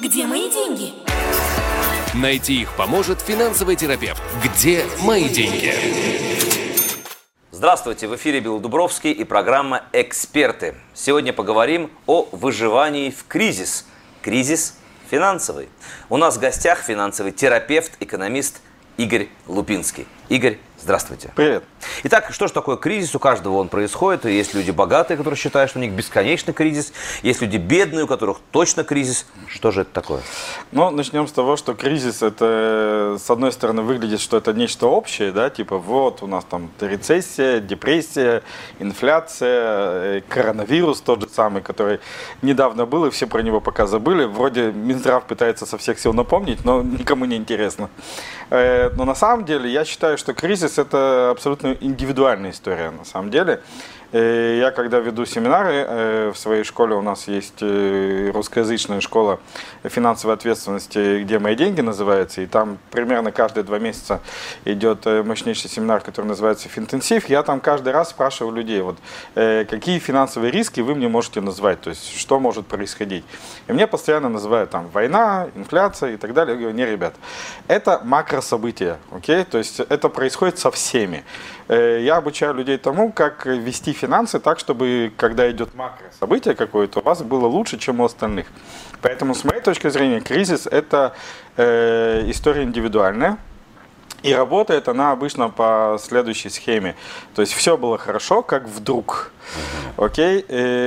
Где мои деньги? Найти их поможет финансовый терапевт. Где мои деньги? Здравствуйте, в эфире Билл Дубровский и программа «Эксперты». Сегодня поговорим о выживании в кризис. Кризис финансовый. У нас в гостях финансовый терапевт, экономист Игорь Лупинский. Игорь, здравствуйте. Привет. Итак, что же такое кризис? У каждого он происходит. Есть люди богатые, которые считают, что у них бесконечный кризис. Есть люди бедные, у которых точно кризис. Что же это такое? Ну, начнем с того, что кризис, это, с одной стороны, выглядит, что это нечто общее, да, типа вот у нас там рецессия, депрессия, инфляция, коронавирус тот же самый, который недавно был, и все про него пока забыли. Вроде Минздрав пытается со всех сил напомнить, но никому не интересно. Но на самом деле я считаю, что кризис – это абсолютно индивидуальная история на самом деле. Я когда веду семинары в своей школе, у нас есть русскоязычная школа финансовой ответственности, где мои деньги называется, и там примерно каждые 2 месяца идет мощнейший семинар, который называется «Финтенсив». Я там каждый раз спрашиваю людей, вот, какие финансовые риски вы мне можете назвать, то есть что может происходить. И мне постоянно называют там война, инфляция и так далее. Я говорю, не, ребят, это макрособытия, окей? То есть это происходит со всеми. Я обучаю людей тому, как вести финансы так, чтобы, когда идет макрособытие какое-то, у вас было лучше, чем у остальных. Поэтому, с моей точки зрения, кризис – это история индивидуальная. И работает она обычно по следующей схеме. То есть все было хорошо, как вдруг. Окей?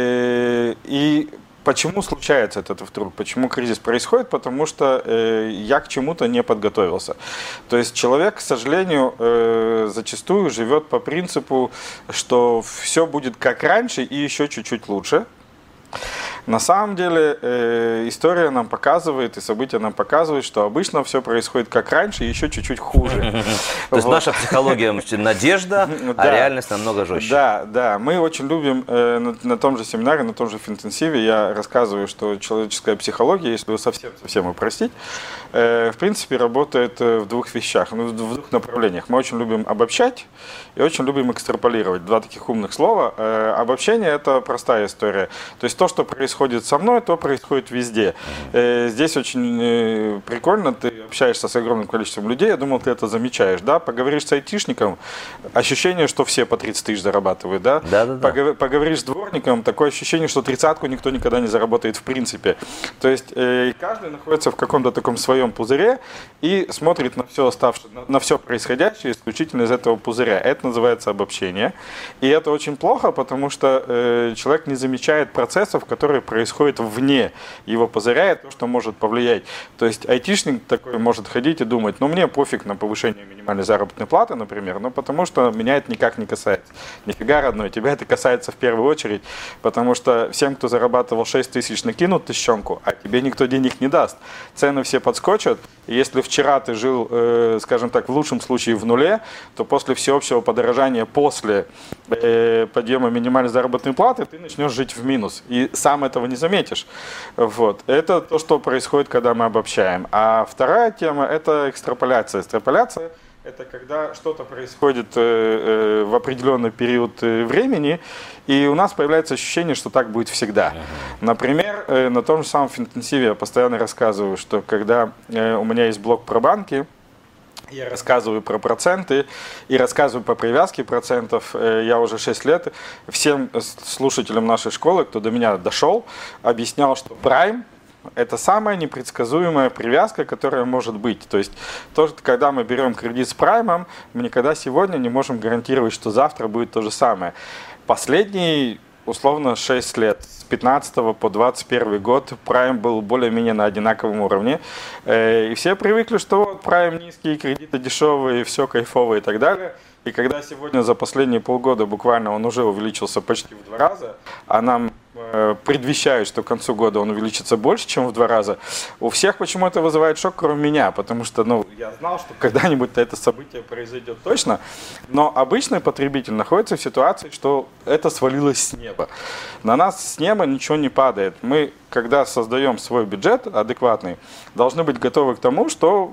И почему случается это вдруг? Почему кризис происходит? Потому что я к чему-то не подготовился. То есть человек, к сожалению, зачастую живет по принципу, что все будет как раньше и еще чуть-чуть лучше. На самом деле история нам показывает, и события нам показывают, что обычно все происходит как раньше и еще чуть-чуть хуже. То есть наша психология надежда, а реальность намного жестче. Да. Мы очень любим на том же семинаре, на том же финтенсиве, я рассказываю, что человеческая психология, если его совсем упростить, в принципе работает в 2 вещах, в 2 направлениях. Мы очень любим обобщать и очень любим экстраполировать. 2 таких умных слова. Обобщение – это простая история. То есть то, что происходит со мной, то происходит везде. Здесь очень прикольно, ты общаешься с огромным количеством людей, я думал, ты это замечаешь, да? Поговоришь с айтишником, ощущение, что все по 30 тысяч зарабатывают, да? Да. Поговоришь с дворником, такое ощущение, что 30-ку никто никогда не заработает в принципе. То есть каждый находится в каком-то таком своем пузыре и смотрит на все оставшееся, на все происходящее исключительно из этого пузыря. Это называется обобщение. И это очень плохо, потому что человек не замечает процессов, которые происходят вне его пузыря, и то, что может повлиять. То есть айтишник такой может ходить и думать, ну мне пофиг на повышение минимальной заработной платы, например, но потому что меня это никак не касается. Нифига, родной, тебя это касается в первую очередь, потому что всем, кто зарабатывал 6 тысяч, накинут тысячонку, а тебе никто денег не даст. Цены все подскочат, и если вчера ты жил, скажем так, в лучшем случае в нуле, то после всеобщего подорожания, после подъема минимальной заработной платы, ты начнешь жить в минус. И сам этого не заметишь. Вот. Это то, что происходит, когда мы обобщаем. А вторая тема – это экстраполяция. Экстраполяция – это когда что-то происходит в определенный период времени, и у нас появляется ощущение, что так будет всегда. Например, на том же самом финтенсиве я постоянно рассказываю, что когда у меня есть блог про банки, я рассказываю про проценты и рассказываю по привязке процентов. Я уже 6 лет всем слушателям нашей школы, кто до меня дошел, объяснял, что Prime – это самая непредсказуемая привязка, которая может быть. То есть, когда мы берем кредит с Prime, мы никогда сегодня не можем гарантировать, что завтра будет то же самое. Последний, условно, 6 лет. С 15 по 21 год Prime был более-менее на одинаковом уровне. И все привыкли, что Prime низкие, кредиты дешевые, все кайфово и так далее. И когда сегодня за последние полгода буквально он уже увеличился почти в 2 раза, а нам предвещают, что к концу года он увеличится больше, чем в 2 раза, у всех почему это вызывает шок, кроме меня, потому что я знал, что когда-нибудь это событие произойдет точно, но обычный потребитель находится в ситуации, что это свалилось с неба. На нас с неба ничего не падает. Мы, когда создаем свой бюджет адекватный, должны быть готовы к тому, что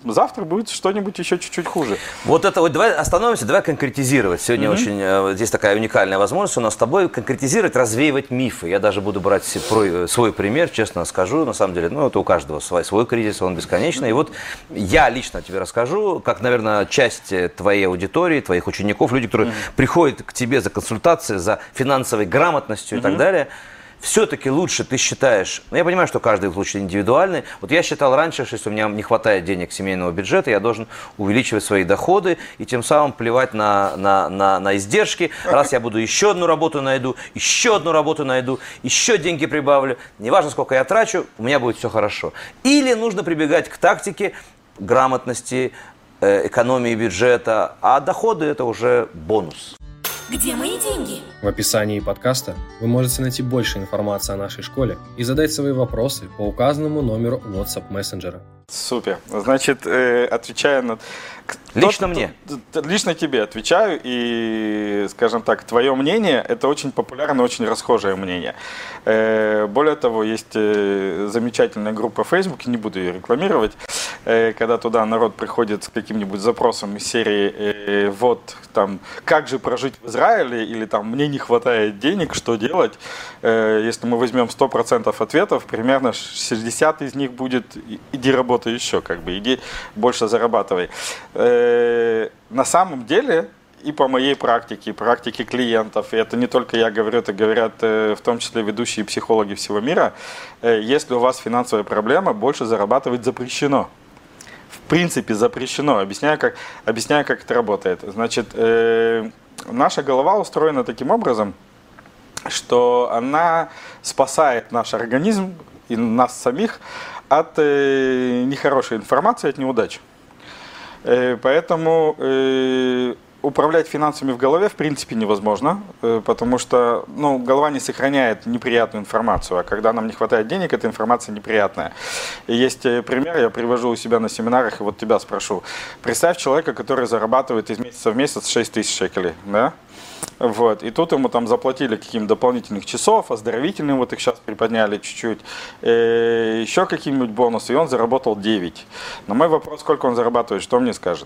завтра будет что-нибудь еще чуть-чуть хуже. Вот это вот, давай остановимся, давай конкретизировать. Сегодня очень, здесь такая уникальная возможность у нас с тобой конкретизировать, развеивать мифы. Я даже буду брать свой пример, честно скажу, на самом деле, ну, это у каждого свой кризис, он бесконечный. И вот я лично тебе расскажу, как, наверное, часть твоей аудитории, твоих учеников, люди, которые приходят к тебе за консультацией, за финансовой грамотностью и так далее, все-таки лучше ты считаешь, ну я понимаю, что каждый случай индивидуальный, вот я считал раньше, что если у меня не хватает денег семейного бюджета, я должен увеличивать свои доходы и тем самым плевать на издержки, раз я буду еще одну работу найду, еще одну работу найду, еще деньги прибавлю, неважно сколько я трачу, у меня будет все хорошо. Или нужно прибегать к тактике грамотности, экономии бюджета, а доходы это уже бонус. Где мои деньги? В описании подкаста вы можете найти больше информации о нашей школе и задать свои вопросы по указанному номеру WhatsApp мессенджера. Супер. Значит, отвечая на... Лично мне? Лично тебе отвечаю, и, скажем так, твое мнение – это очень популярное, очень расхожее мнение. Более того, есть замечательная группа в Facebook, не буду ее рекламировать, когда туда народ приходит с каким-нибудь запросом из серии «Вот, там, как же прожить в Израиле?» или там «Мне не хватает денег, что делать?» Если мы возьмем 100% ответов, примерно 60 из них будет «Иди работай еще, как бы, иди больше зарабатывай». На самом деле, и по моей практике, практике клиентов, и это не только я говорю, это говорят в том числе ведущие психологи всего мира, если у вас финансовая проблема, больше зарабатывать запрещено. В принципе, запрещено. Объясняю, как это работает. Значит, наша голова устроена таким образом, что она спасает наш организм и нас самих от нехорошей информации, от неудач. Поэтому управлять финансами в голове в принципе невозможно, потому что голова не сохраняет неприятную информацию, а когда нам не хватает денег, эта информация неприятная. И есть пример, я привожу у себя на семинарах, и вот тебя спрошу. Представь человека, который зарабатывает из месяца в месяц 6 тысяч шекелей, да? Вот. И тут ему там заплатили каким-то дополнительных часов, оздоровительные, вот их сейчас приподняли чуть-чуть, еще какие-нибудь бонусы, и он заработал 9. Но мой вопрос, сколько он зарабатывает, что он мне скажет?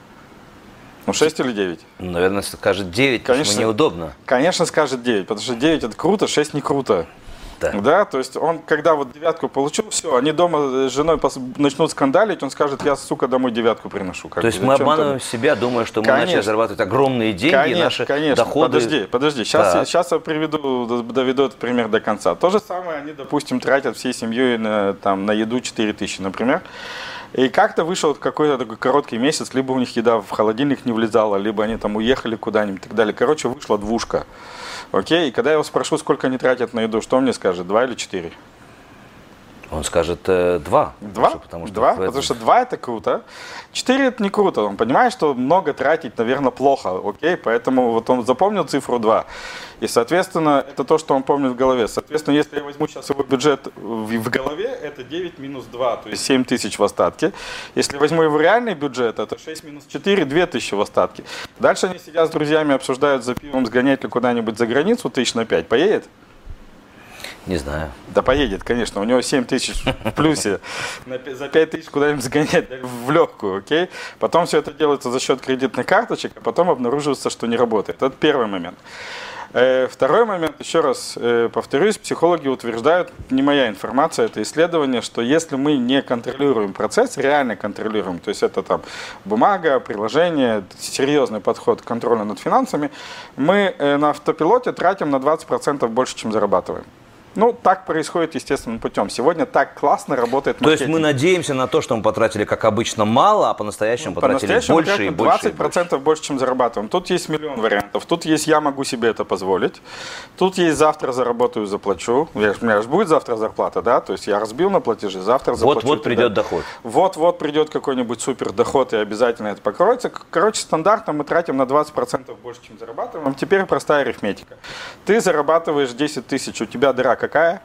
6 или 9? Наверное, скажет 9, конечно, потому что неудобно. Конечно, скажет 9, потому что 9 это круто, 6 не круто. Да, то есть он, когда вот 9 получил, все, они дома с женой начнут скандалить, он скажет, я, сука, домой 9 приношу. То есть мы обманываем себя, думая, что мы начали зарабатывать огромные деньги, наши доходы. Подожди, сейчас я доведу этот пример до конца. То же самое они, допустим, тратят всей семьей на еду 4 тысячи, например. И как-то вышел какой-то такой короткий месяц, либо у них еда в холодильник не влезала, либо они там уехали куда-нибудь и так далее. Короче, вышла двушка. Окей, и когда я его спрошу, сколько они тратят на еду, что он мне скажет, 2 или 4? Он скажет 2. 2? Потому что 2 это круто, 4 это не круто. Он понимает, что много тратить, наверное, плохо, окей? Поэтому вот он запомнил цифру 2. И, соответственно, это то, что он помнит в голове. Соответственно, если я возьму сейчас его бюджет в голове, это 9 минус 2, то есть 7 тысяч в остатке. Если возьму его реальный бюджет, это 6 минус 4, 2 тысячи в остатке. Дальше они сидят с друзьями, обсуждают за пивом, сгонять ли куда-нибудь за границу 5 на 5. Поедет? Не знаю. Да поедет, конечно. У него 7 тысяч в плюсе. За 5 тысяч куда-нибудь сгонять в легкую, окей? Потом все это делается за счет кредитных карточек, а потом обнаруживается, что не работает. Это первый момент. Второй момент, еще раз повторюсь, психологи утверждают, не моя информация, это исследование, что если мы не контролируем процесс, реально контролируем, то есть это там бумага, приложение, серьезный подход к контролю над финансами, мы на автопилоте тратим на 20% больше, чем зарабатываем. Так происходит естественным путем. Сегодня так классно работает маркетинг. То есть мы надеемся на то, что мы потратили, как обычно, мало, а по-настоящему потратили больше и больше. 20% больше, чем зарабатываем. Тут есть миллион вариантов. Тут есть я могу себе это позволить. Тут есть завтра заработаю, заплачу. У меня же будет завтра зарплата, да? То есть я разбил на платежи, завтра заплачу. Вот-вот придет доход. Вот-вот придет какой-нибудь супер доход и обязательно это покроется. Короче, стандартно мы тратим на 20% больше, чем зарабатываем. Теперь простая арифметика. Ты зарабатываешь 10 тысяч, у тебя дыра какая?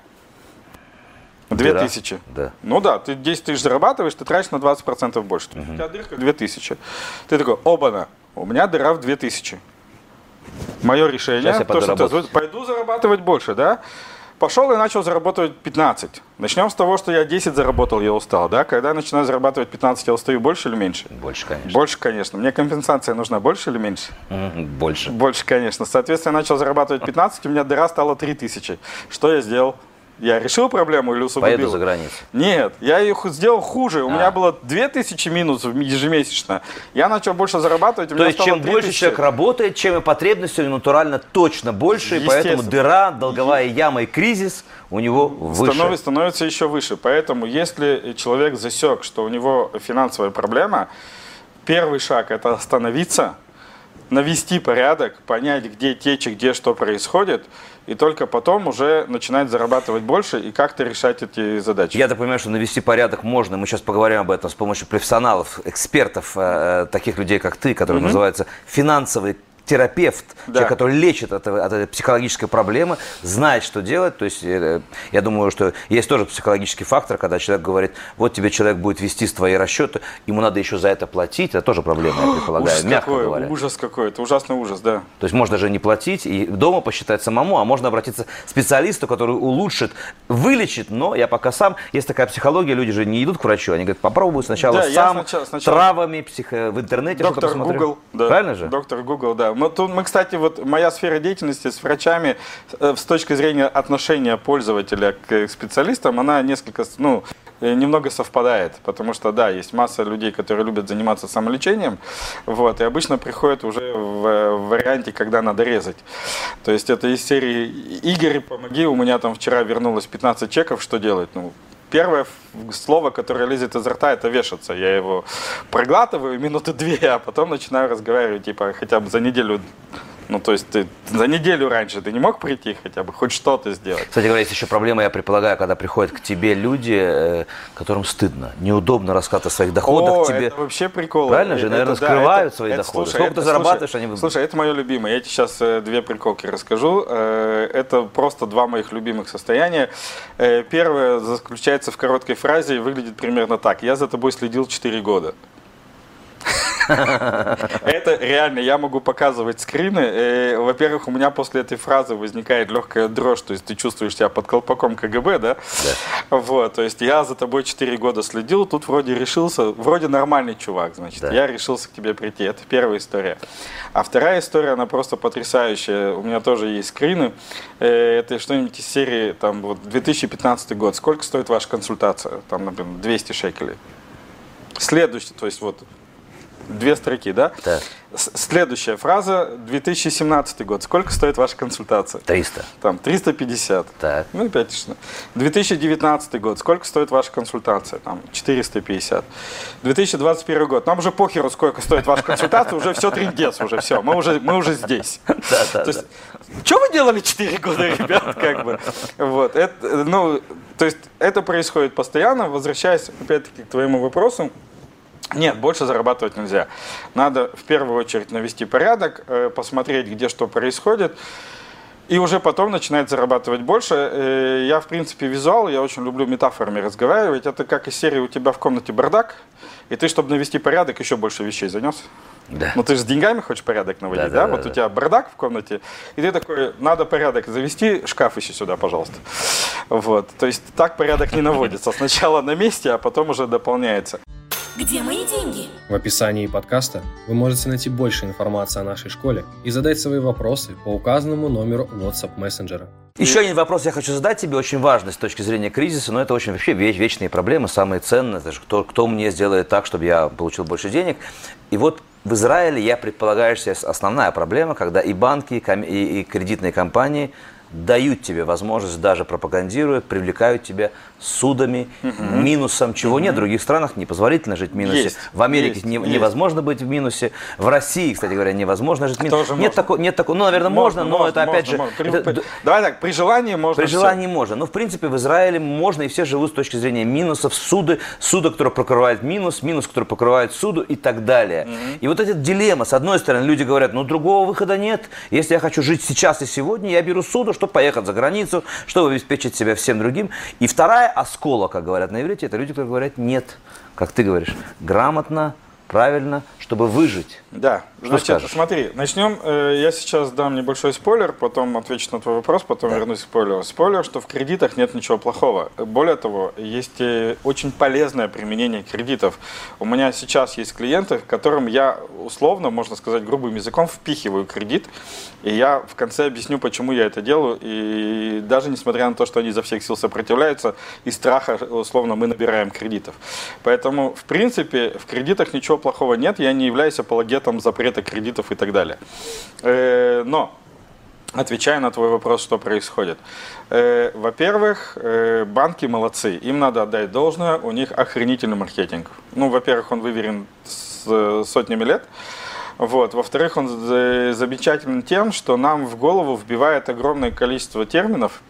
2000. Да. Ну да, ты 10 тысяч зарабатываешь, ты тратишь на 20% больше. У тебя дырка 2000. Ты такой, оба-на, у меня дыра в 2000. Мое решение, то, что пойду зарабатывать больше, да? Пошел и начал зарабатывать 15. Начнем с того, что я 10 заработал, я устал, да? Когда я начинаю зарабатывать 15, я устаю больше или меньше? Больше, конечно. Больше, конечно. Мне компенсация нужна больше или меньше? Больше. Больше, конечно. Соответственно, я начал зарабатывать 15, у меня дыра стала 3000. Что я сделал? Я решил проблему или усугубил? Поеду за границу. Нет, я ее сделал хуже. У меня было 2000 минусов ежемесячно. Я начал больше зарабатывать, у То меня есть, стало чем больше 3000. человек работает, чем и потребности у него натурально точно больше, и поэтому Естественно. дыра, долговая яма и кризис у него выше. Становится еще выше. Поэтому, если человек засек, что у него финансовая проблема, первый шаг – это остановиться, навести порядок, понять, где течь, где что происходит, и только потом уже начинать зарабатывать больше и как-то решать эти задачи. Я так понимаю, что навести порядок можно. Мы сейчас поговорим об этом с помощью профессионалов, экспертов, таких людей, как ты, которые называются финансовый терапевт, человек, который лечит от этой психологической проблемы, знает, что делать. То есть я думаю, что есть тоже психологический фактор, когда человек говорит, вот тебе человек будет вести твои расчеты, ему надо еще за это платить. Это тоже проблема, я предполагаю, Ужас мягко какой, говоря. ужас какой, это ужасный ужас, да. То есть можно же не платить и дома посчитать самому, а можно обратиться к специалисту, который улучшит, вылечит. Но я пока сам, есть такая психология, люди же не идут к врачу, они говорят, попробуй сначала Да, сам, сначала травами, в интернете что-то Доктор посмотрю. Google, да. Правильно же? Доктор Google, да. Мы, кстати, вот моя сфера деятельности с врачами с точки зрения отношения пользователя к специалистам, она немного совпадает, потому что, да, есть масса людей, которые любят заниматься самолечением, вот, и обычно приходят уже в варианте, когда надо резать. То есть это из серии «Игорь, помоги, у меня там вчера вернулось 15 чеков, что делать?» Первое слово, которое лезет изо рта, это вешаться. Я его проглатываю минуты 2, а потом начинаю разговаривать, типа, хотя бы за неделю. То есть ты за неделю раньше ты не мог прийти хотя бы, хоть что-то сделать. Кстати говоря, есть еще проблема, я предполагаю, когда приходят к тебе люди, которым стыдно, неудобно рассказывать о своих доходах. Тебе... это вообще прикол. Правильно же? Наверное, скрывают свои доходы. Сколько ты зарабатываешь, они выдают. Слушай, это мое любимое. Я тебе сейчас 2 приколки расскажу. Это просто 2 моих любимых состояния. Первое заключается в короткой фразе и выглядит примерно так. Я за тобой следил 4 года. Это реально, я могу показывать скрины. Во-первых, у меня после этой фразы возникает легкая дрожь, то есть ты чувствуешь себя под колпаком КГБ, да? Вот, то есть я за тобой 4 года следил, тут вроде решился, вроде нормальный чувак, значит, я решился к тебе прийти. Это первая история. А вторая история, она просто потрясающая. У меня тоже есть скрины. Это что-нибудь из серии, там, вот, 2015 год. Сколько стоит ваша консультация? Там, например, 200 шекелей. Следующий, то есть вот 2 строки, да? Да. Следующая фраза, 2017 год. Сколько стоит ваша консультация? 300. Там, 350. Так. Ну, опять же. 2019 год. Сколько стоит ваша консультация? Там, 450. 2021 год. Нам уже похеру, сколько стоит ваша консультация, уже все трындец, уже все. Мы уже здесь. Да. Что вы делали 4 года, ребят, как бы? Вот. То есть это происходит постоянно. Возвращаясь, опять-таки, к твоему вопросу. Нет, больше зарабатывать нельзя. Надо в первую очередь навести порядок, посмотреть, где что происходит, и уже потом начинать зарабатывать больше. Я, в принципе, визуал, я очень люблю метафорами разговаривать. Это как из серии «У тебя в комнате бардак», и ты, чтобы навести порядок, еще больше вещей занес. Да. Ты же с деньгами хочешь порядок наводить, да? Вот у тебя бардак в комнате, и ты такой, надо порядок завести, шкаф ищи сюда, пожалуйста. Вот. То есть так порядок не наводится. Сначала на месте, а потом уже дополняется. Где мои деньги? В описании подкаста вы можете найти больше информации о нашей школе и задать свои вопросы по указанному номеру WhatsApp мессенджера. Еще один вопрос я хочу задать тебе, очень важный с точки зрения кризиса, но это очень вообще вечные проблемы, самые ценные, это же кто мне сделает так, чтобы я получил больше денег. И вот в Израиле, я предполагаю, что основная проблема, когда и банки, и кредитные компании дают тебе возможность, даже пропагандируют, привлекают тебя судами, минусом, чего нет. В других странах непозволительно жить в минусе. Есть, в Америке есть, невозможно быть в минусе. В России, кстати говоря, невозможно жить в минусе. Нет такого, ну, наверное, можно, но это опять же... Давай так, при желании можно. При желании можно. Но, в принципе, в Израиле можно, и все живут с точки зрения минусов, суда, который покрывает минус, который покрывает суду и так далее. И вот эта дилемма. С одной стороны, люди говорят, ну, другого выхода нет. Если я хочу жить сейчас и сегодня, я беру суду, чтобы поехать за границу, чтобы обеспечить себя всем другим. И вторая оскола, как говорят на иврите, это люди, которые говорят нет, как ты говоришь, грамотно, правильно, чтобы выжить? Да, Что значит, скажешь? смотри, начнем, я сейчас дам небольшой спойлер, потом отвечу на твой вопрос, потом вернусь к спойлеру. Спойлер, что в кредитах нет ничего плохого. Более того, есть очень полезное применение кредитов. У меня сейчас есть клиенты, которым я условно, можно сказать, грубым языком впихиваю кредит, и я в конце объясню, почему я это делаю, и даже несмотря на то, что они изо всех сил сопротивляются, из страха, условно, мы набираем кредитов. Поэтому, в принципе, в кредитах ничего плохого нет, я не являюсь апологетом запрета кредитов и так далее. Но, отвечая на твой вопрос, что происходит. Во-первых, банки молодцы, им надо отдать должное, у них охренительный маркетинг. Ну, во-первых, он выверен с сотнями лет. Вот. Во-вторых, он замечателен тем, что нам в голову вбивает огромное количество терминов,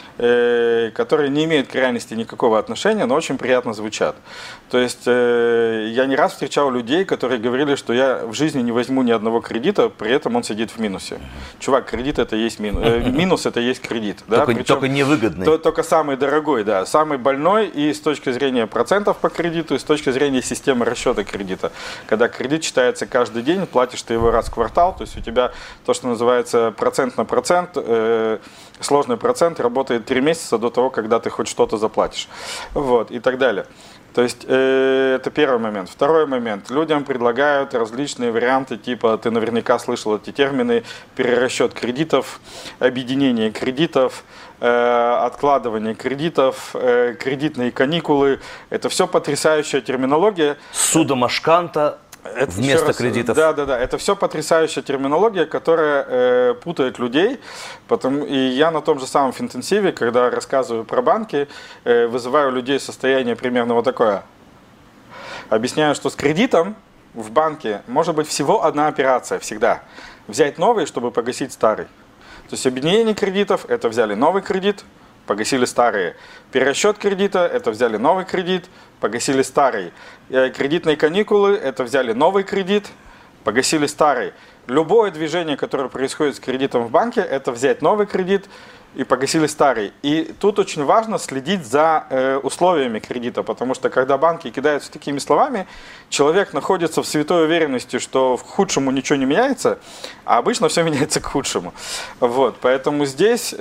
которые не имеют к реальности никакого отношения, но очень приятно звучат. То есть я не раз встречал людей, которые говорили, что я в жизни не возьму ни одного кредита, при этом он сидит в минусе. Чувак, кредит это есть минус. Минус это есть кредит. Да? Только невыгодный. Только самый дорогой, да. Самый больной и с точки зрения процентов по кредиту, и с точки зрения системы расчета кредита. Когда кредит читается каждый день, платишь ты его раз в квартал, то есть у тебя то, что называется процент на процент, сложный процент работает 3 месяца до того, когда ты хоть что-то заплатишь. Вот, и так далее. То есть это первый момент. Второй момент. Людям предлагают различные варианты, типа, ты наверняка слышал эти термины: перерасчет кредитов, объединение кредитов, откладывание кредитов, кредитные каникулы. Это все потрясающая терминология. Судомашканта вместо кредитов. Да. Это все потрясающая терминология, которая путает людей. И я на том же самом Финтенсиве, когда рассказываю про банки, вызываю у людей состояние примерно вот такое. Объясняю, что с кредитом в банке может быть всего одна операция всегда. Взять новый, чтобы погасить старый. То есть объединение кредитов – это взяли новый кредит, погасили старые. Перерасчет кредита – это взяли новый кредит, погасили старый. Кредитные каникулы – это взяли новый кредит, погасили старый. Любое движение, которое происходит с кредитом в банке, это взять новый кредит и погасили старый. И тут очень важно следить за условиями кредита, потому что когда банки кидаются такими словами, человек находится в святой уверенности, что к худшему ничего не меняется, а обычно все меняется к худшему. Вот, поэтому здесь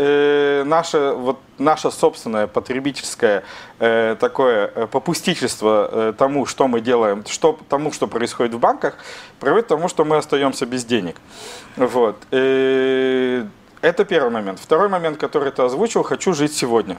наше собственное потребительское такое попустительство тому, что мы делаем, тому, что происходит в банках, приводит к тому, что мы остаемся без денег. Вот. Это первый момент. Второй момент, который ты озвучил: хочу жить сегодня.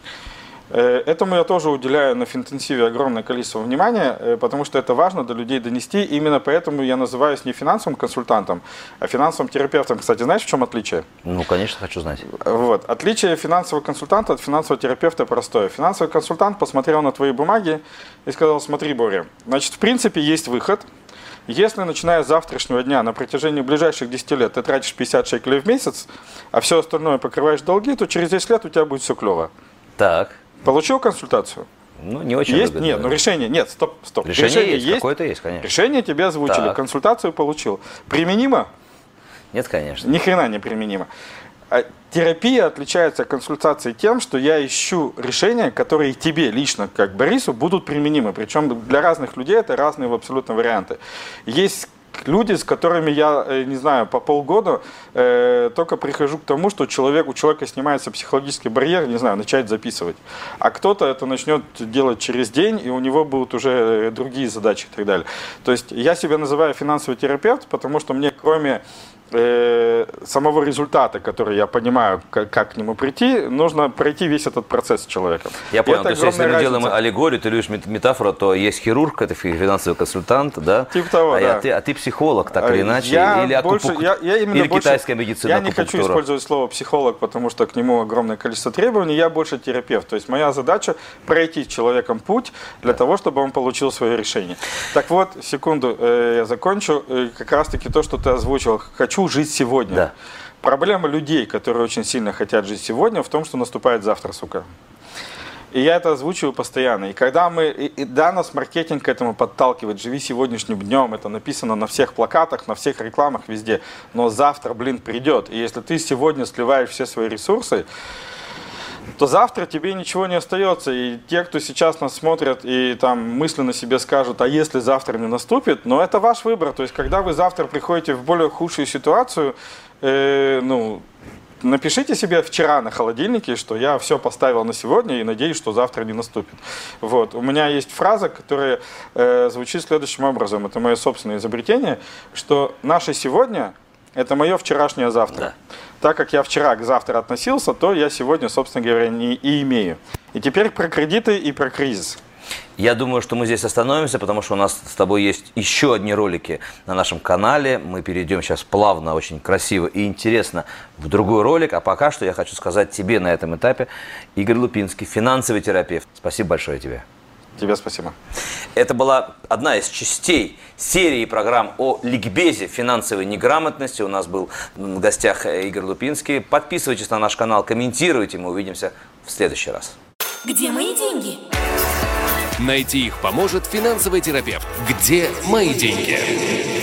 Этому я тоже уделяю на Финтенсиве огромное количество внимания, потому что это важно до людей донести. Именно поэтому я называюсь не финансовым консультантом, а финансовым терапевтом. Кстати, знаешь, в чем отличие? Ну, конечно, хочу знать. Вот. Отличие финансового консультанта от финансового терапевта простое. Финансовый консультант посмотрел на твои бумаги и сказал: смотри, Боря, значит, в принципе, есть выход. Если, начиная с завтрашнего дня, на протяжении ближайших 10 лет ты тратишь 50 шекелей в месяц, а все остальное покрываешь долги, то через 10 лет у тебя будет все клево. Так. Получил консультацию? Ну, не очень есть? выгодно. Нет, но решение, нет, стоп. Решение есть, какое-то есть, конечно. Решение тебе озвучили, Так. Консультацию получил. Применимо? Нет, конечно. Ни хрена не применимо. Терапия отличается от консультации тем, что я ищу решения, которые тебе лично, как Борису, будут применимы. Причем для разных людей это разные абсолютно варианты. Есть люди, с которыми я, не знаю, по полгода только прихожу к тому, что у человека снимается психологический барьер, не знаю, начать записывать. А кто-то это начнет делать через день, и у него будут уже другие задачи и так далее. То есть я себя называю финансовый терапевт, потому что мне, кроме самого результата, который я понимаю, как к нему прийти, нужно пройти весь этот процесс с человеком. Я понял, то есть если мы разница. делаем аллегорию, ты любишь метафору, то есть хирург, это финансовый консультант, да? Типа того, да. А ты психолог, так или иначе, или китайская медицина, Я не хочу использовать слово психолог, потому что к нему огромное количество требований, я больше терапевт. То есть моя задача пройти с человеком путь для того, чтобы он получил свое решение. Так вот, секунду, я закончу. Как раз таки то, что ты озвучил. Хочу жить сегодня. Да. Проблема людей, которые очень сильно хотят жить сегодня, в том, что наступает завтра, сука. И я это озвучиваю постоянно. И когда нас маркетинг к этому подталкивает: живи сегодняшним днем, это написано на всех плакатах, на всех рекламах, везде. Но завтра, придет. И если ты сегодня сливаешь все свои ресурсы, то завтра тебе ничего не остается. И те, кто сейчас нас смотрят и там мысленно себе скажут, а если завтра не наступит, но это ваш выбор. То есть, когда вы завтра приходите в более худшую ситуацию, напишите себе вчера на холодильнике, что я все поставил на сегодня и надеюсь, что завтра не наступит. Вот. У меня есть фраза, которая звучит следующим образом. Это мое собственное изобретение, что наше сегодня – это мое вчерашнее завтра. Да. Так как я вчера к завтра относился, то я сегодня, собственно говоря, не и имею. И теперь про кредиты и про кризис. Я думаю, что мы здесь остановимся, потому что у нас с тобой есть еще одни ролики на нашем канале. Мы перейдем сейчас плавно, очень красиво и интересно в другой ролик. А пока что я хочу сказать тебе на этом этапе, Игорь Лупинский, финансовый терапевт. Спасибо большое тебе. Тебе спасибо. Это была одна из частей серии программ о ликбезе финансовой неграмотности. У нас был в гостях Игорь Лупинский. Подписывайтесь на наш канал, комментируйте. Мы увидимся в следующий раз. Где мои деньги? Найти их поможет финансовый терапевт. Где мои деньги?